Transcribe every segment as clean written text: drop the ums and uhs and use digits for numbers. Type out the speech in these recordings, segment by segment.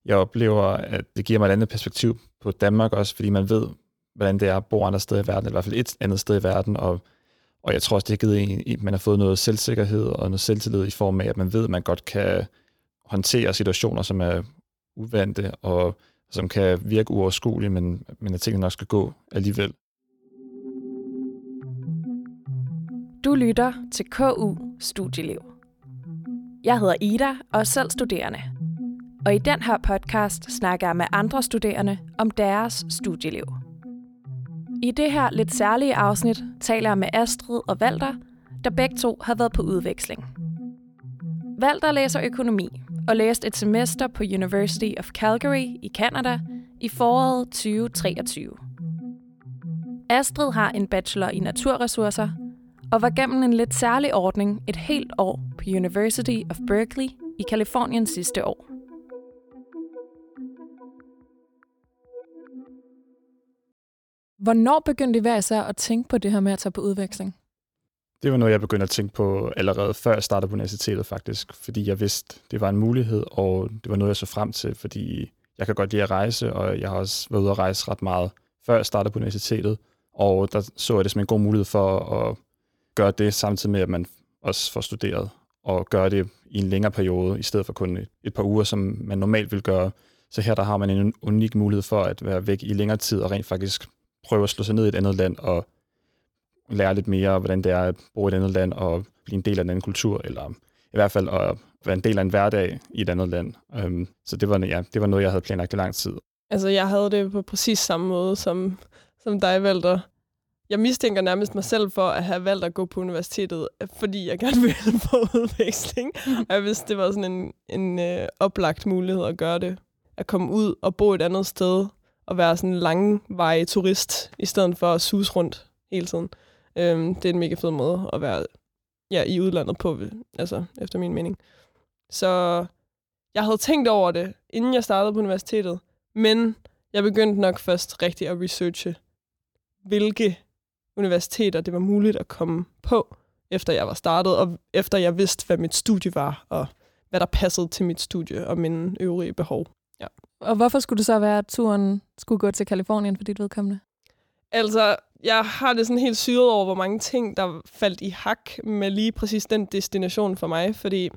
Jeg oplever, at det giver mig et andet perspektiv på Danmark også, fordi man ved, hvordan det er at bo andre steder i verden, eller i hvert fald et andet sted i verden, og jeg tror også, det har givet man har fået noget selvsikkerhed og noget selvtillid i form af, at man ved, at man godt kan håndtere situationer, som er uvante, og som kan virke uoverskuelige, men at tingene nok skal gå alligevel. Du lytter til KU Studieliv. Jeg hedder Ida og er selv studerende. Og i den her podcast snakker jeg med andre studerende om deres studieliv. I det her lidt særlige afsnit taler jeg med Astrid og Walter, der begge to har været på udveksling. Walter læser økonomi og læste et semester på University of Calgary i Canada i foråret 2023. Astrid har en bachelor i naturressourcer og var gennem en lidt særlig ordning et helt år på University of Berkeley i Californien sidste år. Hvornår begyndte I hver især at tænke på det her med at tage på udveksling? Det var noget, jeg begyndte at tænke på allerede før jeg startede på universitetet faktisk, fordi jeg vidste, det var en mulighed, og det var noget, jeg så frem til, fordi jeg kan godt lide at rejse, og jeg har også været ude at rejse ret meget, før jeg startede på universitetet, og der så jeg det som en god mulighed for at gøre det samtidig med, at man også får studeret, og gøre det i en længere periode, i stedet for kun et par uger, som man normalt vil gøre. Så her der har man en unik mulighed for at være væk i længere tid, og rent faktisk prøve at slå sig ned i et andet land, og lære lidt mere, hvordan det er at bo i et andet land, og blive en del af en anden kultur, eller i hvert fald at være en del af en hverdag i et andet land. Så det var noget, jeg havde planlagt i lang tid. Altså, jeg havde det på præcis samme måde som dig, Walter. Jeg mistænker nærmest mig selv for at have valgt at gå på universitetet, fordi jeg gerne ville på udveksling. Og jeg vidste, det var sådan en oplagt mulighed at gøre det. At komme ud og bo et andet sted, og være sådan en langvarig turist, i stedet for at suse rundt hele tiden. Det er en mega fed måde at være i udlandet på, altså efter min mening. Så jeg havde tænkt over det, inden jeg startede på universitetet, men jeg begyndte nok først rigtig at researche, hvilke universiteter det var muligt at komme på, efter jeg var startet, og efter jeg vidste, hvad mit studie var, og hvad der passede til mit studie og mine øvrige behov. Ja. Og hvorfor skulle det så være, at turen skulle gå til Californien for dit vedkommende? Altså, jeg har det sådan helt syret over, hvor mange ting, der faldt i hak med lige præcis den destination for mig, fordi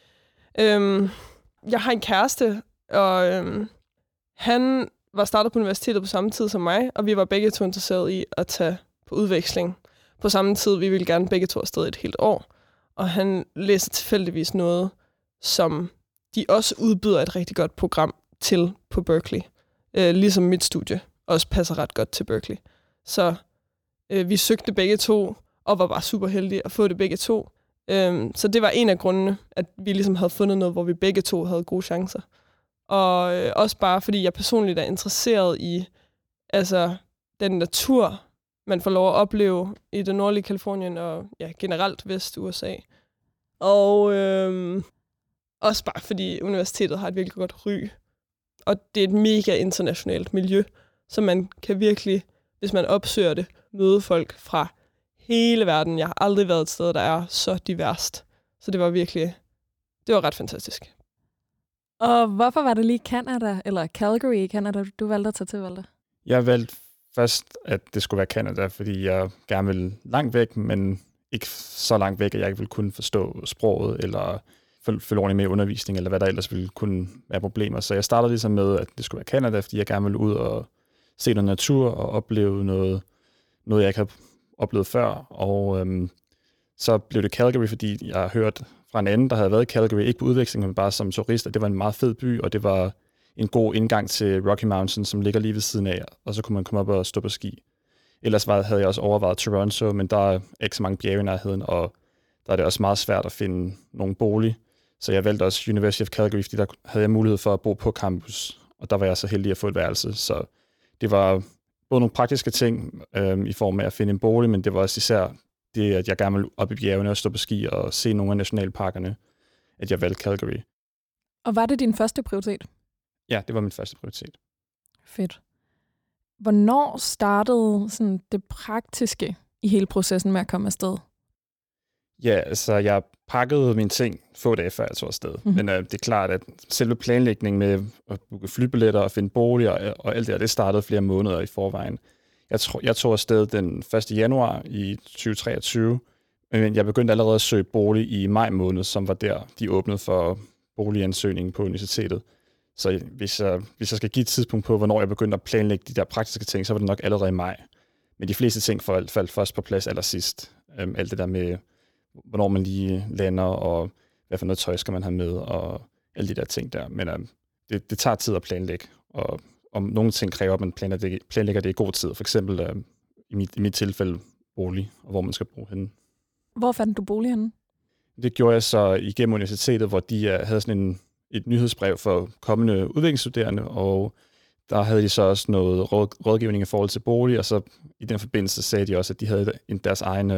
jeg har en kæreste, og han var startet på universitetet på samme tid som mig, og vi var begge to interesserede i at tage på udveksling. På samme tid, vi ville gerne begge to afsted et helt år, og han læser tilfældigvis noget, som de også udbyder et rigtig godt program til på Berkeley. Ligesom mit studie også passer ret godt til Berkeley. Så vi søgte begge to, og var bare super heldige at få det begge to. Så det var en af grundene, at vi ligesom havde fundet noget, hvor vi begge to havde gode chancer. Og også bare fordi jeg personligt er interesseret i den natur, man får lov at opleve i det nordlige Californien og generelt Vest-USA. Og også bare fordi universitetet har et virkelig godt ry. Og det er et mega internationalt miljø, så man kan virkelig, hvis man opsøger det, møde folk fra hele verden. Jeg har aldrig været et sted, der er så diverst. Så det var ret fantastisk. Og hvorfor var det lige Canada, eller Calgary i Canada, du valgte at tage til, Walter? Jeg valgte først, at det skulle være Canada, fordi jeg gerne ville langt væk, men ikke så langt væk, at jeg ikke ville kunne forstå sproget, eller følge ordentligt med undervisning, eller hvad der ellers ville kunne være problemer. Så jeg startede ligesom med, at det skulle være Canada, fordi jeg gerne ville ud og se noget natur og opleve noget jeg ikke havde oplevet før. Og så blev det Calgary, fordi jeg har hørt fra en anden, der havde været i Calgary, ikke på udveksling, men bare som turist, og det var en meget fed by, og det var en god indgang til Rocky Mountain, som ligger lige ved siden af, og så kunne man komme op og stå på ski. Ellers havde jeg også overvejet Toronto, men der er ikke så mange bjerge i nærheden, og der er det også meget svært at finde nogen bolig. Så jeg valgte også University of Calgary, fordi der havde jeg mulighed for at bo på campus, og der var jeg så heldig at få et værelse. Så det var både nogle praktiske ting i form af at finde en bolig, men det var også især det, at jeg gerne ville op i bjergene og stå på ski og se nogle af nationalparkerne, at jeg valgte Calgary. Og var det din første prioritet? Ja, det var min første prioritet. Fedt. Hvornår startede sådan det praktiske i hele processen med at komme afsted? Ja, altså jeg pakkede mine ting få dage før jeg tog afsted. Men det er klart, at selve planlægningen med at booke flybilletter og finde bolig og alt det, det startede flere måneder i forvejen. Jeg tog afsted den 1. januar i 2023, men jeg begyndte allerede at søge bolig i maj måned, som var der, de åbnede for boligansøgningen på universitetet. Så hvis jeg skal give et tidspunkt på, hvornår jeg begyndte at planlægge de der praktiske ting, så var det nok allerede i maj. Men de fleste ting faldt først på plads allersidst. Alt det der med, hvornår man lige lander, og hvad for noget tøj skal man have med, og alle de der ting der. Men det tager tid at planlægge, og om nogle ting kræver, at man planlægger det i god tid. For eksempel i mit tilfælde bolig, og hvor man skal bo henne. Hvor fandt du bolig henne? Det gjorde jeg så igennem universitetet, hvor de havde sådan et nyhedsbrev for kommende udviklingsstuderende, og der havde de så også noget rådgivning i forhold til bolig, og så i den forbindelse sagde de også, at de havde deres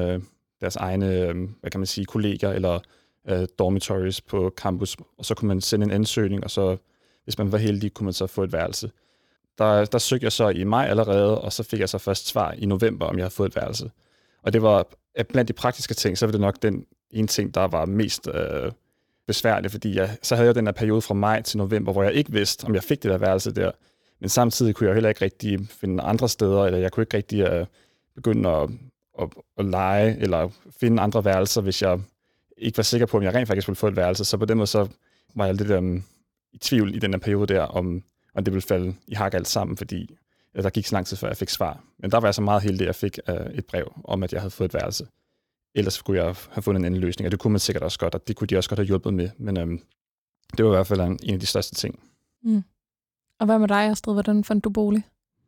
egne hvad kan man sige, kolleger eller dormitories på campus, og så kunne man sende en ansøgning, og så, hvis man var heldig, kunne man så få et værelse. Der søgte jeg så i maj allerede, og så fik jeg så først svar i november, om jeg havde fået et værelse. Og det var, blandt de praktiske ting, så var det nok den ene ting, der var mest besværligt, fordi så havde jeg den her periode fra maj til november, hvor jeg ikke vidste, om jeg fik det der værelse der. Men samtidig kunne jeg heller ikke rigtig finde andre steder, eller jeg kunne ikke rigtig begynde at lege eller finde andre værelser, hvis jeg ikke var sikker på, om jeg rent faktisk ville få et værelse. Så på den måde så var jeg lidt i tvivl i den her periode der, om det ville falde i hak alt sammen, fordi der gik så lang tid, før jeg fik svar. Men der var jeg så meget heldig, at jeg fik et brev om, at jeg havde fået et værelse. Ellers skulle jeg have fundet en anden løsning, og det kunne man sikkert også godt, og det kunne de også godt have hjulpet med. Men det var i hvert fald en af de største ting. Mm. Og hvad med dig, Astrid? Hvordan fandt du bolig?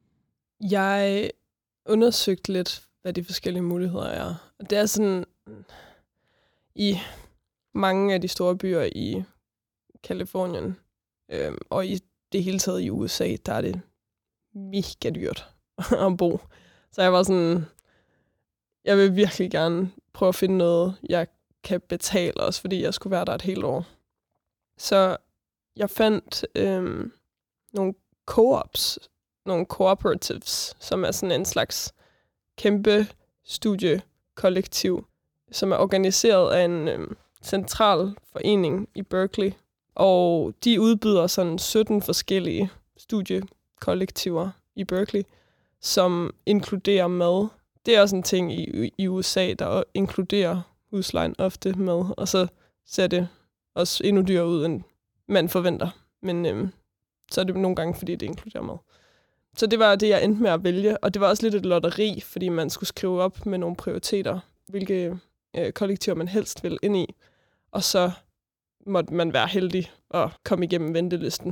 Jeg undersøgte lidt, hvad de forskellige muligheder er. Og det er sådan, i mange af de store byer i Californien, og i det hele taget i USA, der er det mega dyrt at bo. Så jeg var sådan, jeg vil virkelig gerne prøve at finde noget, jeg kan betale også, fordi jeg skulle være der et helt år. Så jeg fandt nogle co-ops, nogle cooperatives, som er sådan en slags kæmpe studiekollektiv, som er organiseret af en central forening i Berkeley. Og de udbyder sådan 17 forskellige studiekollektiver i Berkeley, som inkluderer mad. Det er også en ting i USA, der inkluderer huslejen ofte med, og så ser det også endnu dyrere ud, end man forventer. Men så er det nogle gange, fordi det inkluderer mad. Så det var det, jeg endte med at vælge, og det var også lidt et lotteri, fordi man skulle skrive op med nogle prioriteter, hvilke kollektiver man helst ville ind i, og så måtte man være heldig at komme igennem ventelisten.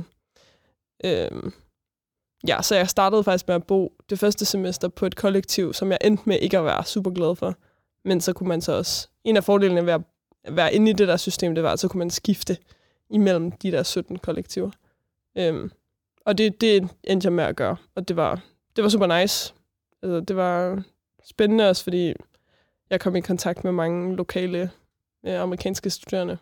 Så jeg startede faktisk med at bo det første semester på et kollektiv, som jeg endte med ikke at være super glad for. Men så kunne man så også, en af fordelene ved at være inde i det der system, det var, at så kunne man skifte imellem de der 17 kollektiver. Og det endte jeg med at gøre, og det var super nice. Altså, det var spændende også, fordi jeg kom i kontakt med mange lokale amerikanske studerende.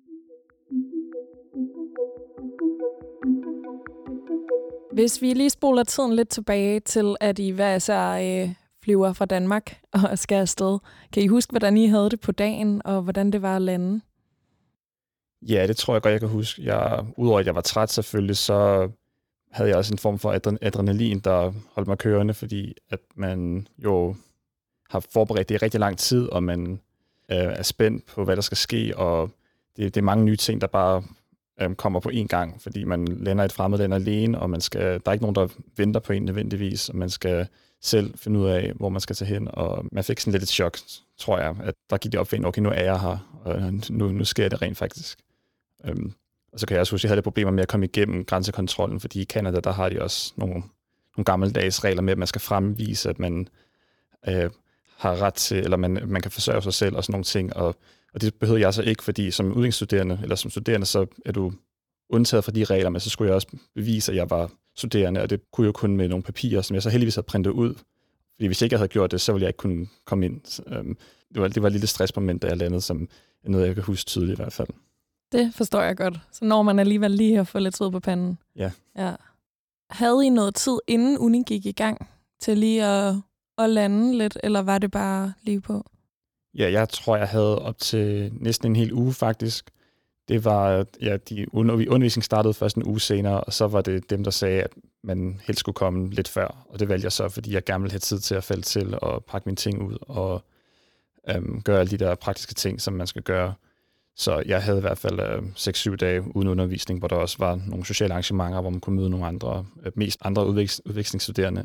Hvis vi lige spoler tiden lidt tilbage til, at I hver især flyver fra Danmark og skal afsted. Kan I huske, hvordan I havde det på dagen, og hvordan det var at lande? Ja, det tror jeg godt, jeg kan huske. Udover at jeg var træt selvfølgelig, så havde jeg også en form for adrenalin, der holdt mig kørende, fordi at man jo har forberedt det i rigtig lang tid, og man er spændt på, hvad der skal ske, og det er mange nye ting, der bare kommer på én gang, fordi man lander i et fremmed land alene, og der er ikke nogen, der venter på en nødvendigvis, og man skal selv finde ud af, hvor man skal tage hen, og man fik sådan lidt et chok, tror jeg, at der gik det op for en, okay, nu er jeg her, og nu sker det rent faktisk. Og så kan jeg også huske, at jeg havde problemer med at komme igennem grænsekontrollen, fordi i Canada, der har de også nogle gammeldags regler med, at man skal fremvise, at man har ret til, eller man kan forsørge sig selv og sådan nogle ting, og det behøvede jeg så ikke, fordi som udviklingsstuderende, eller som studerende, så er du undtaget fra de regler, men så skulle jeg også bevise, at jeg var studerende, og det kunne jeg jo kun med nogle papirer, som jeg så heldigvis havde printet ud. Fordi hvis ikke jeg havde gjort det, så ville jeg ikke kunne komme ind. Det var et lille stressmoment, da jeg landede, som er noget, jeg kan huske tydeligt i hvert fald. Det forstår jeg godt. Så når man alligevel lige at få lidt sved på panden. Ja. Havde I noget tid, inden uni gik i gang, til lige at lande lidt, eller var det bare lige på? Ja, jeg tror, jeg havde op til næsten en hel uge faktisk. Det var, undervisningen startede først en uge senere, og så var det dem, der sagde, at man helst skulle komme lidt før. Og det valgte jeg så, fordi jeg gerne ville have tid til at falde til og pakke mine ting ud og gøre alle de der praktiske ting, som man skal gøre. Så jeg havde i hvert fald 6-7 dage uden undervisning, hvor der også var nogle sociale arrangementer, hvor man kunne møde nogle andre, mest andre udvekslingsstuderende.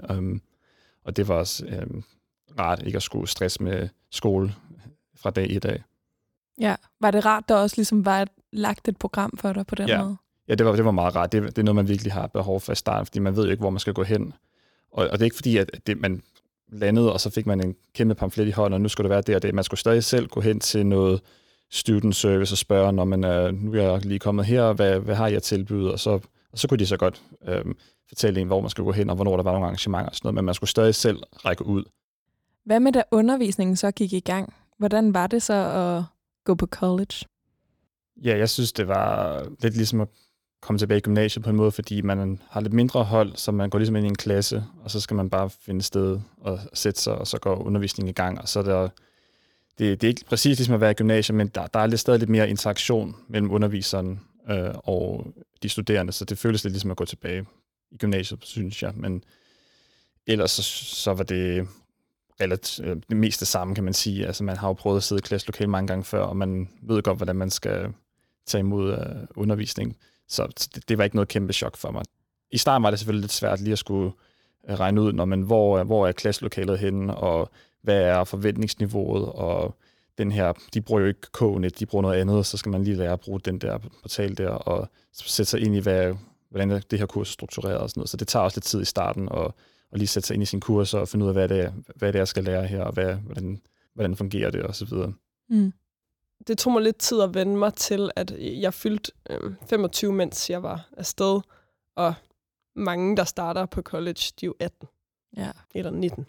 Og det var også rart ikke at skulle stresse med skole fra dag i dag. Ja, var det rart, der også ligesom var lagt et program for dig på den måde? Ja, det var meget rart. Det er noget, man virkelig har behov for i starten, fordi man ved jo ikke, hvor man skal gå hen. Og det er ikke fordi, at man landede, og så fik man en kæmpe pamflet i hånden, og nu skulle det være det og det. Man skulle stadig selv gå hen til noget student service og spørge, når man nu er jeg lige kommet her, hvad har jeg at tilbyde? Og så kunne de så godt fortælle en, hvor man skulle gå hen, og hvornår der var nogle arrangementer og sådan noget, men man skulle stadig selv række ud. Hvad med da undervisningen så gik i gang? Hvordan var det så at gå på college? Ja, jeg synes, det var lidt ligesom at komme tilbage i gymnasiet på en måde, fordi man har lidt mindre hold, så man går ligesom ind i en klasse, og så skal man bare finde sted og sætte sig, og så går undervisningen i gang. Og så er det er ikke præcis ligesom at være i gymnasiet, men der er stadig lidt mere interaktion mellem underviseren og de studerende, så det føles lidt ligesom at gå tilbage i gymnasiet, synes jeg. Men ellers så var det det meste samme, kan man sige. Altså, man har jo prøvet at sidde i klasselokale mange gange før, og man ved godt, hvordan man skal tage imod undervisning. Så det var ikke noget kæmpe chok for mig. I starten var det selvfølgelig lidt svært lige at skulle regne ud, hvor er klasselokalet henne, og hvad er forventningsniveauet, og den her, de bruger jo ikke Knet, de bruger noget andet, så skal man lige lære at bruge den der portal der, og sætte sig ind i, hvordan det her kurs er struktureret og sådan noget. Så det tager også lidt tid i starten, og lige sætte sig ind i sine kurser og finde ud af, hvad det er, jeg skal lære her, og hvordan fungerer det, og så videre. Mm. Det tog mig lidt tid at vende mig til, at jeg fyldte 25, mens jeg var afsted, og mange, der starter på college, de er jo 18 eller 19.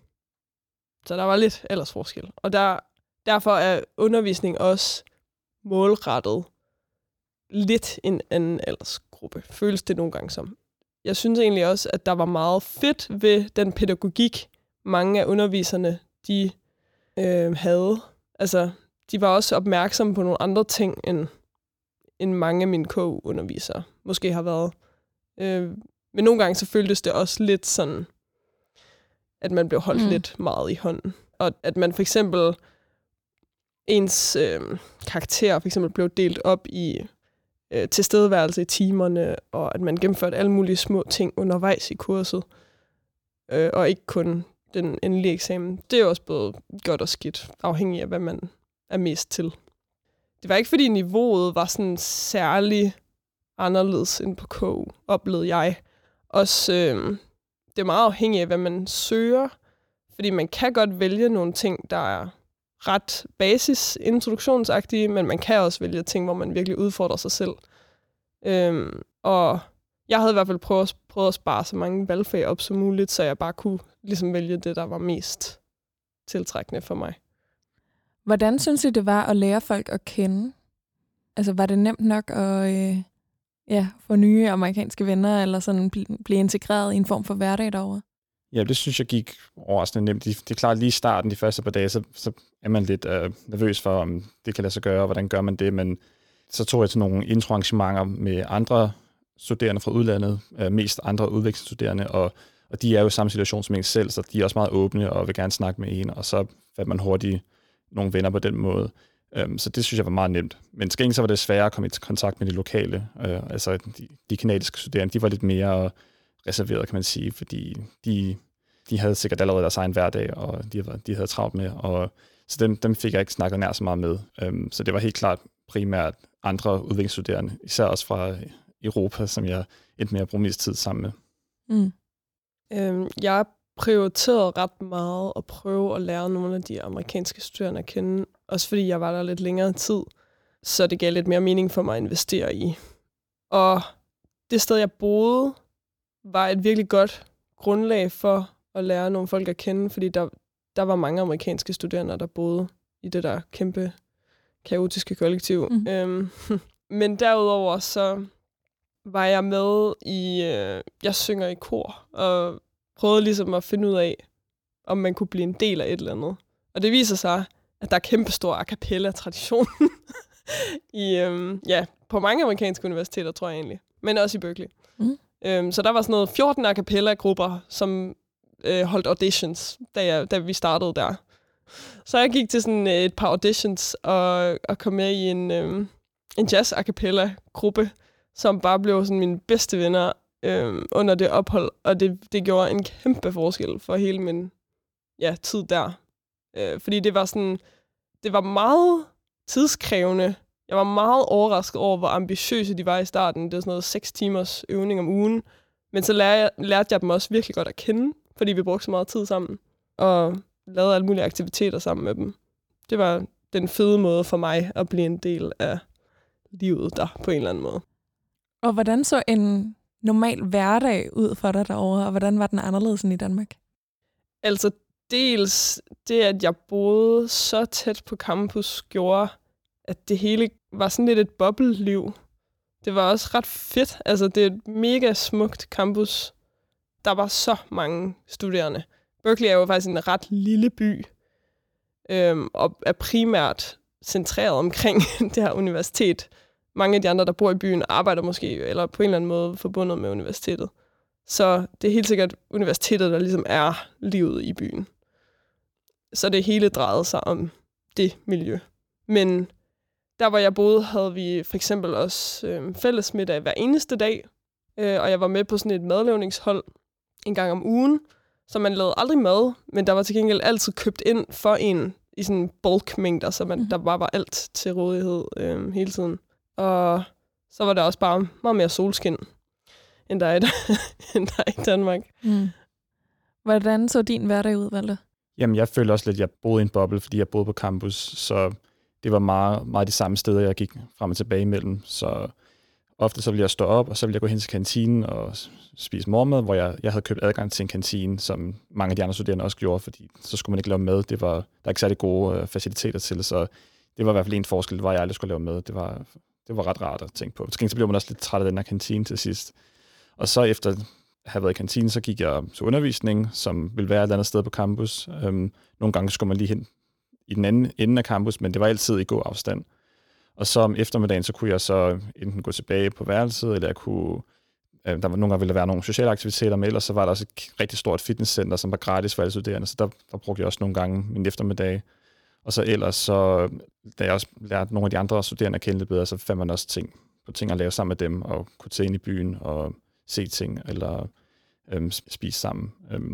Så der var lidt aldersforskel. Og derfor er undervisning også målrettet lidt en anden aldersgruppe, føles det nogle gange som. Jeg synes egentlig også, at der var meget fedt ved den pædagogik, mange af underviserne, de havde. Altså, de var også opmærksomme på nogle andre ting, end mange af mine KU-undervisere måske har været. Men nogle gange så føltes det også lidt sådan, at man blev holdt lidt meget i hånden. Og at man for eksempel, ens karakter for eksempel blev delt op i tilstedeværelse i timerne, og at man gennemførte alle mulige små ting undervejs i kurset, og ikke kun den endelige eksamen. Det er også både godt og skidt, afhængig af, hvad man er mest til. Det var ikke, fordi niveauet var sådan særlig anderledes end på KU, oplevede jeg. Også, det er meget afhængigt af, hvad man søger, fordi man kan godt vælge nogle ting, der er ret basis-introduktionsagtige, men man kan også vælge ting, hvor man virkelig udfordrer sig selv. Og jeg havde i hvert fald prøvet at spare så mange valgfag op som muligt, så jeg bare kunne ligesom vælge det, der var mest tiltrækkende for mig. Hvordan synes I, det var at lære folk at kende? Altså, var det nemt nok at få nye amerikanske venner, eller sådan blive integreret i en form for hverdag derovre? Ja, det synes jeg gik overraskende nemt. Det er klart, lige i starten, de første par dage, så er man lidt nervøs for, om det kan lade sig gøre, og hvordan gør man det, men så tog jeg til nogle introarrangementer med andre studerende fra udlandet, mest andre udvekslingsstuderende, og de er jo i samme situation som en selv, så de er også meget åbne og vil gerne snakke med en, og så fandt man hurtigt nogle venner på den måde. Så det synes jeg var meget nemt. Men til gengæld så var det sværere at komme i kontakt med de lokale. Altså de kanadiske studerende, de var lidt mere reserveret, kan man sige, fordi de havde sikkert allerede deres egen hverdag, og de havde travlt med, og så dem fik jeg ikke snakket nær så meget med. Så det var helt klart primært andre udviklingsstuderende, især også fra Europa, som jeg endte med at bruge mest tid sammen med. Jeg prioriterede ret meget at prøve at lære nogle af de amerikanske studerende at kende, også fordi jeg var der lidt længere tid, så det gav lidt mere mening for mig at investere i. Og det sted, jeg boede, var et virkelig godt grundlag for at lære nogle folk at kende, fordi der var mange amerikanske studerende, der boede i det der kæmpe kaotiske kollektiv. Men derudover så var jeg med i, jeg synger i kor, og prøvede ligesom at finde ud af, om man kunne blive en del af et eller andet. Og det viser sig, at der er kæmpestor a cappella-tradition på mange amerikanske universiteter, tror jeg egentlig. Men også i Berkeley. Så der var sådan noget 14 a cappella-grupper, som holdt auditions, da vi startede der. Så jeg gik til sådan et par auditions og kom med i en jazz a cappella-gruppe, som bare blev sådan mine bedste venner under det ophold, og det gjorde en kæmpe forskel for hele min tid der. Fordi det var meget tidskrævende. Jeg var meget overrasket over, hvor ambitiøse de var i starten. Det var sådan noget 6 timers øvning om ugen. Men så lærte jeg dem også virkelig godt at kende, fordi vi brugte så meget tid sammen, og lavede alle mulige aktiviteter sammen med dem. Det var den fede måde for mig at blive en del af livet der, på en eller anden måde. Og hvordan så en normal hverdag ud for dig derovre, og hvordan var den anderledes end i Danmark? Altså dels det, at jeg boede så tæt på campus, gjorde, at det hele var sådan lidt et bobleliv. Det var også ret fedt. Altså, det er et mega smukt campus. Der var så mange studerende. Berkeley er jo faktisk en ret lille by, og er primært centreret omkring det her universitet. Mange af de andre, der bor i byen, arbejder måske, eller på en eller anden måde forbundet med universitetet. Så det er helt sikkert universitetet, der ligesom er livet i byen. Så det hele drejede sig om det miljø. Men der, hvor jeg boede, havde vi for eksempel også fællesmiddag hver eneste dag. Og jeg var med på sådan et madlavningshold en gang om ugen. Så man lavede aldrig mad, men der var til gengæld altid købt ind for en i sådan bulkmængder, så der bare var alt til rådighed hele tiden. Og så var der også bare meget mere solskin, end der er i Danmark. Hvordan så din hverdag ud, Valter? Jamen, jeg følte også lidt, at jeg boede i en boble, fordi jeg boede på campus, så det var meget, meget de samme steder, jeg gik frem og tilbage imellem. Så ofte så ville jeg stå op, og så ville jeg gå hen til kantinen og spise morgenmad, hvor jeg havde købt adgang til en kantine, som mange af de andre studerende også gjorde, fordi så skulle man ikke lave mad. Der er ikke særlig gode faciliteter til, så det var i hvert fald en forskel, hvor jeg aldrig skulle lave mad. Det var ret rart at tænke på. Så blev man også lidt træt af den her kantine til sidst. Og så efter at have været i kantinen, så gik jeg til undervisning, som ville være et eller andet sted på campus. Nogle gange skulle man lige hen i den anden ende af campus, men det var altid i god afstand. Og så om eftermiddagen, så kunne jeg så enten gå tilbage på værelset, eller jeg kunne... Der var nogle gange ville der være nogle sociale aktiviteter, men ellers så var der også et rigtig stort fitnesscenter, som var gratis for alle studerende, så der brugte jeg også nogle gange min eftermiddag. Og så ellers, så, da jeg også lærte nogle af de andre studerende at kende lidt bedre, så fandt man også ting at lave sammen med dem, og kunne tage ind i byen og se ting, eller spise sammen.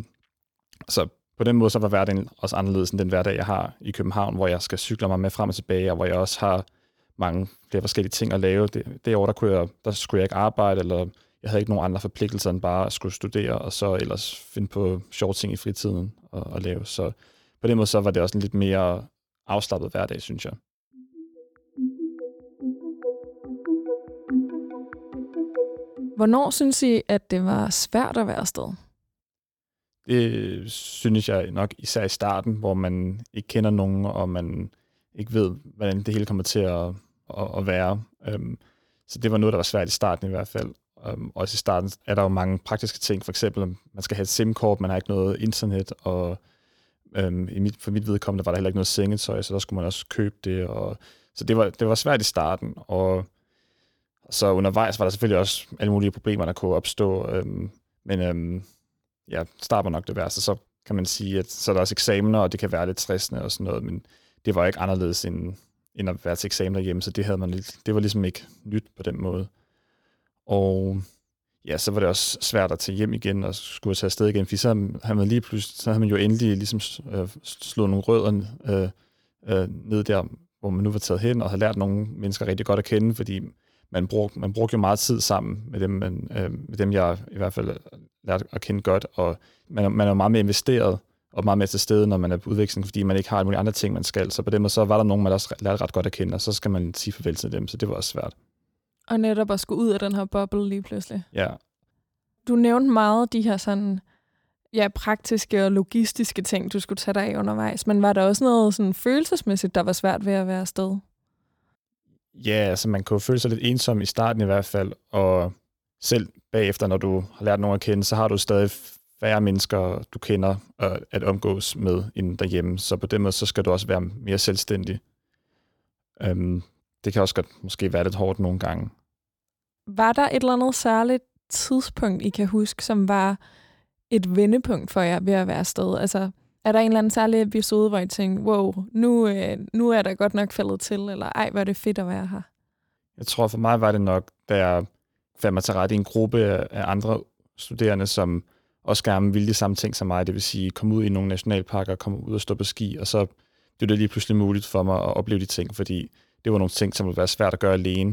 Så på den måde, så var hverdagen også anderledes end den hverdag, jeg har i København, hvor jeg skal cykle mig med frem og tilbage, og hvor jeg også har mange flere forskellige ting at lave. Derovre, der skulle jeg ikke arbejde, eller jeg havde ikke nogen andre forpligtelser end bare at skulle studere, og så ellers finde på sjove ting i fritiden og lave. Så på den måde, så var det også en lidt mere afslappet hverdag, synes jeg. Hvornår synes I, at det var svært at være afsted? Det synes jeg nok især i starten, hvor man ikke kender nogen, og man ikke ved, hvordan det hele kommer til at være. Så det var noget, der var svært i starten i hvert fald. Også i starten er der jo mange praktiske ting. For eksempel, man skal have et SIM-kort, man har ikke noget internet, og for mit vedkommende var der heller ikke noget sengetøj, så der skulle man også købe det. Så det var svært i starten, og så undervejs var der selvfølgelig også alle mulige problemer, der kunne opstå. Men start var nok det værste. Så kan man sige, at så er der også eksamener, og det kan være lidt stressende og sådan noget, men det var ikke anderledes end at være til eksamen derhjemme, så det var ligesom ikke nyt på den måde. Og ja, så var det også svært at tage hjem igen og skulle tage afsted igen, fordi så havde man jo endelig ligesom slået nogle rødder ned der, hvor man nu var taget hen, og havde lært nogle mennesker rigtig godt at kende, fordi man brugte jo meget tid sammen med dem, jeg i hvert fald lærte at kende godt, og man er meget mere investeret og meget mere til stede, når man er på udveksling, fordi man ikke har alle mulige andre ting, man skal. Så på den måde, så var der nogen, man også lærte ret godt at kende, og så skal man sige farvel til dem, så det var også svært. Og netop at skulle ud af den her boble lige pludselig. Ja. Du nævnte meget de her sådan, praktiske og logistiske ting, du skulle tage dig af undervejs, men var der også noget sådan følelsesmæssigt, der var svært ved at være afsted? Ja, altså man kunne føle sig lidt ensom i starten i hvert fald, og selv bagefter, når du har lært nogen at kende, så har du stadig færre mennesker, du kender at omgås med end derhjemme. Så på den måde, så skal du også være mere selvstændig. Det kan også godt måske være lidt hårdt nogle gange. Var der et eller andet særligt tidspunkt, I kan huske, som var et vendepunkt for jer ved at være afsted? Altså, er der en eller anden særlig episode, hvor I tænkte, wow, nu er der godt nok faldet til, eller ej, hvor er det fedt at være her? Jeg tror for mig var det nok, da jeg fandt mig til rette i en gruppe af andre studerende, som også gerne ville de samme ting som mig, det vil sige komme ud i nogle nationalparker, komme ud og stå på ski, og så blev det lige pludselig muligt for mig at opleve de ting, fordi det var nogle ting, som ville være svært at gøre alene.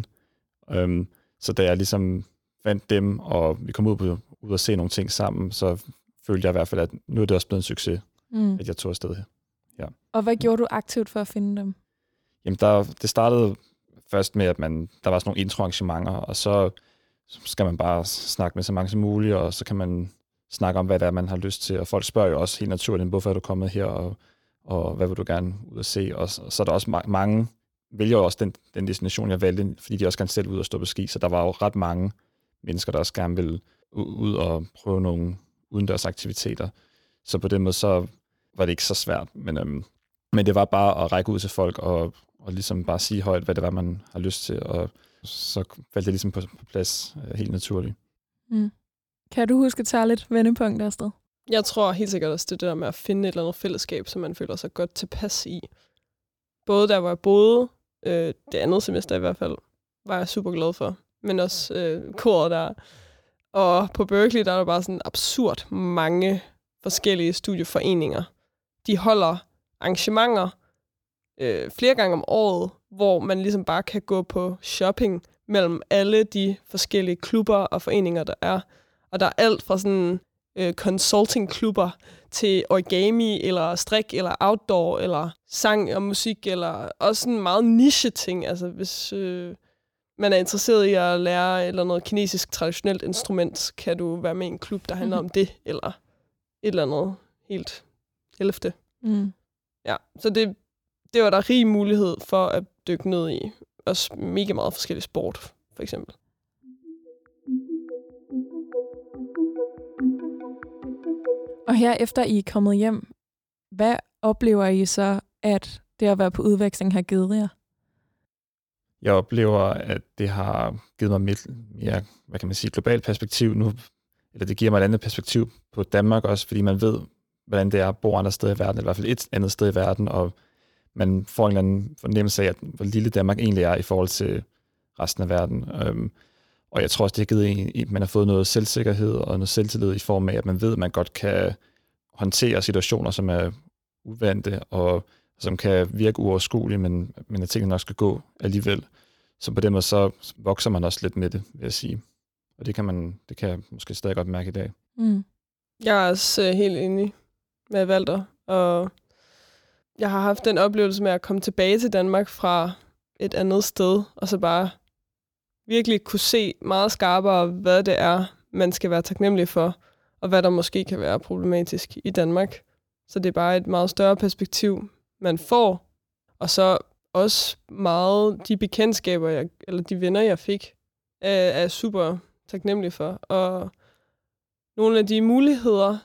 Så da jeg ligesom fandt dem, og vi kom ud og se nogle ting sammen, så følte jeg i hvert fald, at nu er det også blevet en succes, at jeg tog afsted her. Ja. Og hvad gjorde du aktivt for at finde dem? Jamen, det startede først med, at der var sådan nogle introarrangementer, og så skal man bare snakke med så mange som muligt, og så kan man snakke om, hvad det er, man har lyst til. Og folk spørger jo også helt naturligt, hvorfor er du kommet her, og hvad vil du gerne ud og se? Og så er der også mange, vælger jo også den destination, jeg valgte, fordi de også gerne selv ud og stå på ski. Så der var jo ret mange mennesker, der også gerne ville ud og prøve nogle udendørs aktiviteter. Så på den måde, så var det ikke så svært. Men det var bare at række ud til folk og ligesom bare sige højt, hvad det var, man har lyst til. Og så faldt det ligesom på plads helt naturligt. Kan du huske et særligt vendepunkt afsted? Jeg tror helt sikkert også det der med at finde et eller andet fællesskab, som man føler sig godt tilpas i. Både der, hvor jeg boede, det andet semester i hvert fald, var jeg super glad for. Men også koret der. Og på Berkeley, der er der bare sådan absurd mange forskellige studieforeninger. De holder arrangementer flere gange om året, hvor man ligesom bare kan gå på shopping mellem alle de forskellige klubber og foreninger, der er. Og der er alt fra sådan consulting-klubber til origami, eller strik, eller outdoor, eller sang og musik, eller også sådan meget niche-ting. Altså hvis man er interesseret i at lære et eller andet kinesisk traditionelt instrument, kan du være med i en klub, der handler om det, eller et eller andet helt 11. Ja, så det var der rig mulighed for at dykke ned i. Også mega meget forskellig sport, for eksempel. Og her efter I er kommet hjem, hvad oplever I så, at det at være på udveksling har givet jer? Jeg oplever, at det har givet mig mere, hvad kan man sige, globalt perspektiv nu. Eller det giver mig et andet perspektiv på Danmark også, fordi man ved, hvordan det er at bo andre steder i verden, eller i hvert fald et andet sted i verden, og man får en eller anden fornemmelse af, hvor lille Danmark egentlig er i forhold til resten af verden. Og jeg tror også, det har givet at man har fået noget selvsikkerhed og noget selvtillid i form af, at man ved, at man godt kan håndtere situationer, som er uvante og som kan virke uoverskuelige, men at tingene nok skal gå alligevel. Så på den måde, så vokser man også lidt med det, vil jeg sige. Og det kan jeg måske stadig godt mærke i dag. Jeg er også helt enig med Walter, og jeg har haft den oplevelse med at komme tilbage til Danmark fra et andet sted, og så bare virkelig kunne se meget skarpere, hvad det er, man skal være taknemmelig for, og hvad der måske kan være problematisk i Danmark. Så det er bare et meget større perspektiv, man får. Og så også meget de bekendtskaber, eller de venner, jeg fik, er jeg super taknemmelig for. Og nogle af de muligheder,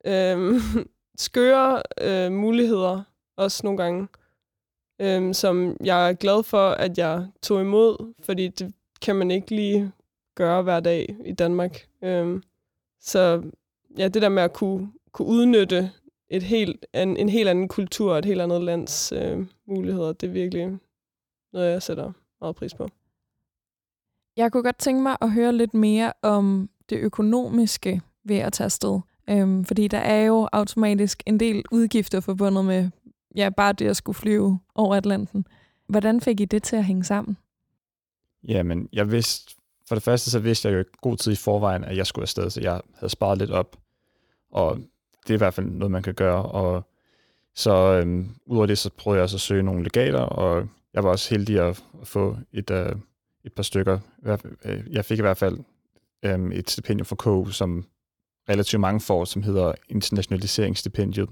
skøre muligheder, også nogle gange, som jeg er glad for, at jeg tog imod, fordi det kan man ikke lige gøre hver dag i Danmark. Så ja, det der med at kunne udnytte en helt anden kultur og et helt andet lands muligheder, det er virkelig noget, jeg sætter meget pris på. Jeg kunne godt tænke mig at høre lidt mere om det økonomiske ved at tage afsted. Fordi der er jo automatisk en del udgifter forbundet med bare det at skulle flyve over Atlanten. Hvordan fik I det til at hænge sammen? Jamen, for det første så vidste jeg jo ikke god tid i forvejen, at jeg skulle afsted, så jeg havde sparet lidt op. Og det er i hvert fald noget, man kan gøre. Og så udover det, så prøvede jeg også at søge nogle legater, og jeg var også heldig at få et par stykker. Jeg fik i hvert fald et stipendium fra KU, som relativt mange får, som hedder internationaliseringsstipendiet.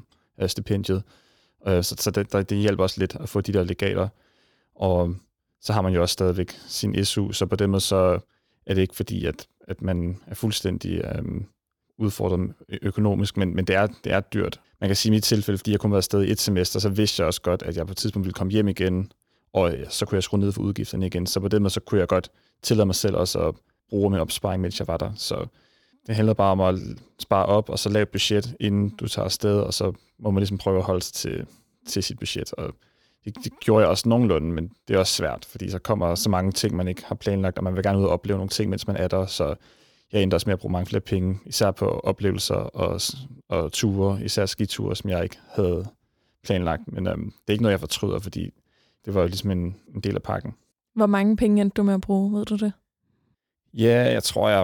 Så det hjælper også lidt at få de der legater. Og så har man jo også stadigvæk sin SU, så på den måde så er det ikke fordi, at man er fuldstændig udfordret økonomisk, men det er dyrt. Man kan sige i mit tilfælde, fordi jeg kun var afsted i et semester, så vidste jeg også godt, at jeg på et tidspunkt ville komme hjem igen, og så kunne jeg skrue ned for udgifterne igen. Så på den måde, så kunne jeg godt tillade mig selv også at bruge min opsparing, mens jeg var der. Så det handler bare om at spare op, og så lave et budget, inden du tager afsted, og så må man ligesom prøve at holde sig til sit budget. Og det gjorde jeg også nogenlunde, men det er også svært, fordi så kommer så mange ting, man ikke har planlagt, og man vil gerne ud og opleve nogle ting, mens man er der, så jeg endte også med at bruge mange flere penge, især på oplevelser og ture, især skiture, som jeg ikke havde planlagt. Men det er ikke noget, jeg fortryder, fordi det var jo ligesom en del af pakken. Hvor mange penge endte du med at bruge, ved du det? Ja, jeg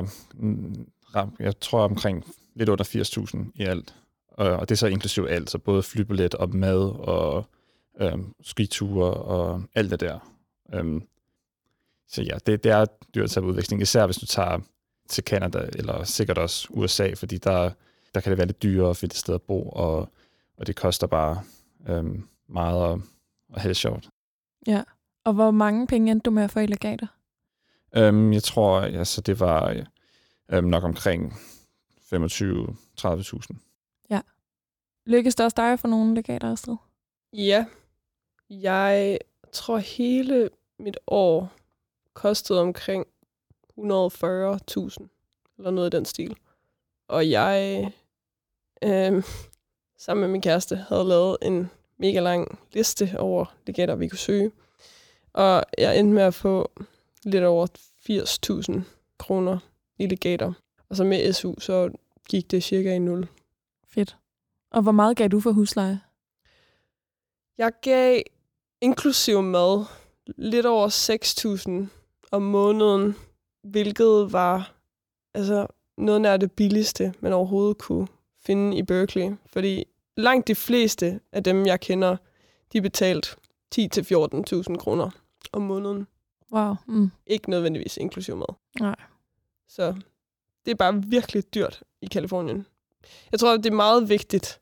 tror omkring lidt under 80.000 i alt. Og det er så inklusiv alt, så både flybillet og mad og skiture og alt det der. Så ja, det er dyrt at tage på udveksling, især hvis du tager til Canada, eller sikkert også USA, fordi der kan det være lidt dyrere at finde et sted at bo, og det koster bare meget at have det sjovt. Ja. Og hvor mange penge endte du med at få i legater? Jeg tror, altså, det var nok omkring 25-30.000. Ja. Lykkedes det også dig at få nogle legater afsted? Ja. Jeg tror, hele mit år kostede omkring 140.000, eller noget i den stil. Og jeg, sammen med min kæreste, havde lavet en mega lang liste over legater, vi kunne søge. Og jeg endte med at få lidt over 80.000 kroner i legater. Og så med SU, så gik det cirka i 0. Fedt. Og hvor meget gav du for husleje? Jeg gav inklusiv mad lidt over 6.000 om måneden, hvilket var altså noget nær det billigste, man overhovedet kunne finde i Berkeley. Fordi langt de fleste af dem, jeg kender, de betalte 10.000-14.000 kroner om måneden. Wow. Ikke nødvendigvis inklusiv mad. Nej. Så det er bare virkelig dyrt i Californien. Jeg tror, det er meget vigtigt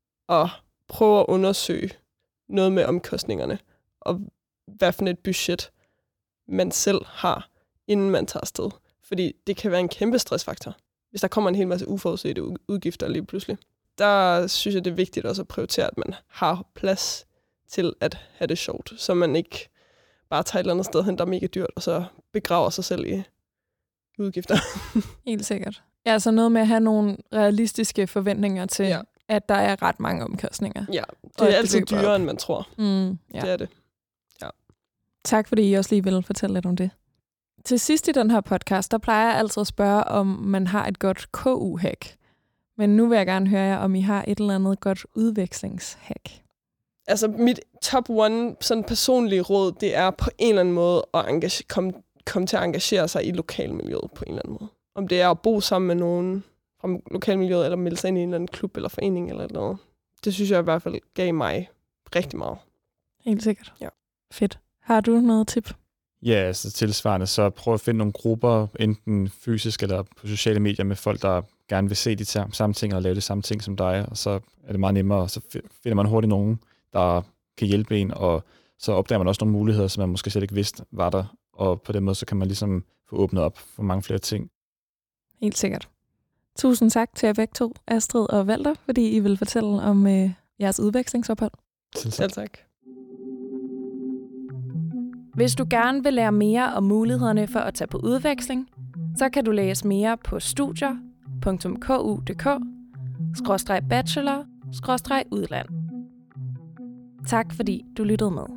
at prøve at undersøge noget med omkostningerne, og hvad for et budget man selv har, inden man tager afsted. Fordi det kan være en kæmpe stressfaktor, hvis der kommer en hel masse uforudsete udgifter lige pludselig. Der synes jeg, det er vigtigt også at prioritere, at man har plads til at have det sjovt, så man ikke bare tager et eller andet sted hen, der er mega dyrt, og så begraver sig selv i udgifter. Helt sikkert. Ja, så noget med at have nogle realistiske forventninger til, at der er ret mange omkostninger. Ja, det er altid dyrere, end man tror. Ja. Det er det. Ja. Tak, fordi I også lige ville fortælle lidt om det. Til sidst i den her podcast, der plejer jeg altid at spørge, om man har et godt KU-hack. Men nu vil jeg gerne høre jer, om I har et eller andet godt udvekslingshack. Altså, mit top one sådan personlige råd, det er på en eller anden måde at komme til at engagere sig i lokalmiljøet på en eller anden måde. Om det er at bo sammen med nogen fra lokalmiljøet, eller melde sig ind i en eller anden klub eller forening eller noget. Det synes jeg i hvert fald gav mig rigtig meget. Helt sikkert. Ja. Fedt. Har du noget tip? Ja, altså tilsvarende, så prøv at finde nogle grupper, enten fysisk eller på sociale medier, med folk, der gerne vil se de samme ting og lave de samme ting som dig, og så er det meget nemmere, og så finder man hurtigt nogen, der kan hjælpe en, og så opdager man også nogle muligheder, som man måske slet ikke vidste var der, og på den måde, så kan man ligesom få åbnet op for mange flere ting. Helt sikkert. Tusind tak til jer begge to, Astrid og Walter, fordi I vil fortælle om jeres udvekslingsophold. Selv tak. Hvis du gerne vil lære mere om mulighederne for at tage på udveksling, så kan du læse mere på studier.ku.dk/bachelor/udland. Tak fordi du lyttede med.